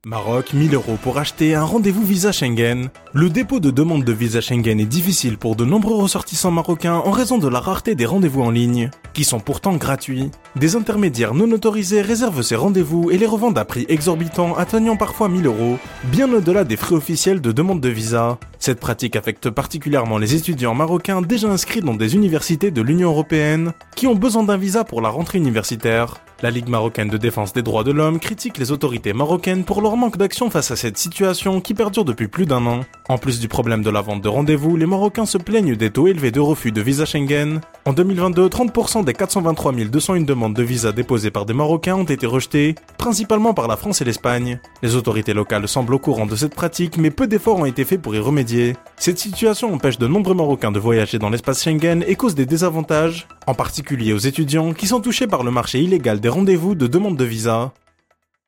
Maroc, 1000 € pour acheter un rendez-vous visa Schengen. Le dépôt de demande de visa Schengen est difficile pour de nombreux ressortissants marocains en raison de la rareté des rendez-vous en ligne, qui sont pourtant gratuits. Des intermédiaires non autorisés réservent ces rendez-vous et les revendent à prix exorbitants atteignant parfois 1000 €, bien au-delà des frais officiels de demande de visa. Cette pratique affecte particulièrement les étudiants marocains déjà inscrits dans des universités de l'Union européenne, qui ont besoin d'un visa pour la rentrée universitaire. La Ligue marocaine de défense des droits de l'homme critique les autorités marocaines pour leur manque d'action face à cette situation qui perdure depuis plus d'un an. En plus du problème de la vente de rendez-vous, les Marocains se plaignent des taux élevés de refus de visa Schengen. En 2022, 30% des 423 201 demandes de visa déposées par des Marocains ont été rejetées, principalement par la France et l'Espagne. Les autorités locales semblent au courant de cette pratique, mais peu d'efforts ont été faits pour y remédier. Cette situation empêche de nombreux Marocains de voyager dans l'espace Schengen et cause des désavantages, en particulier aux étudiants qui sont touchés par le marché illégal des rendez-vous de demande de visa.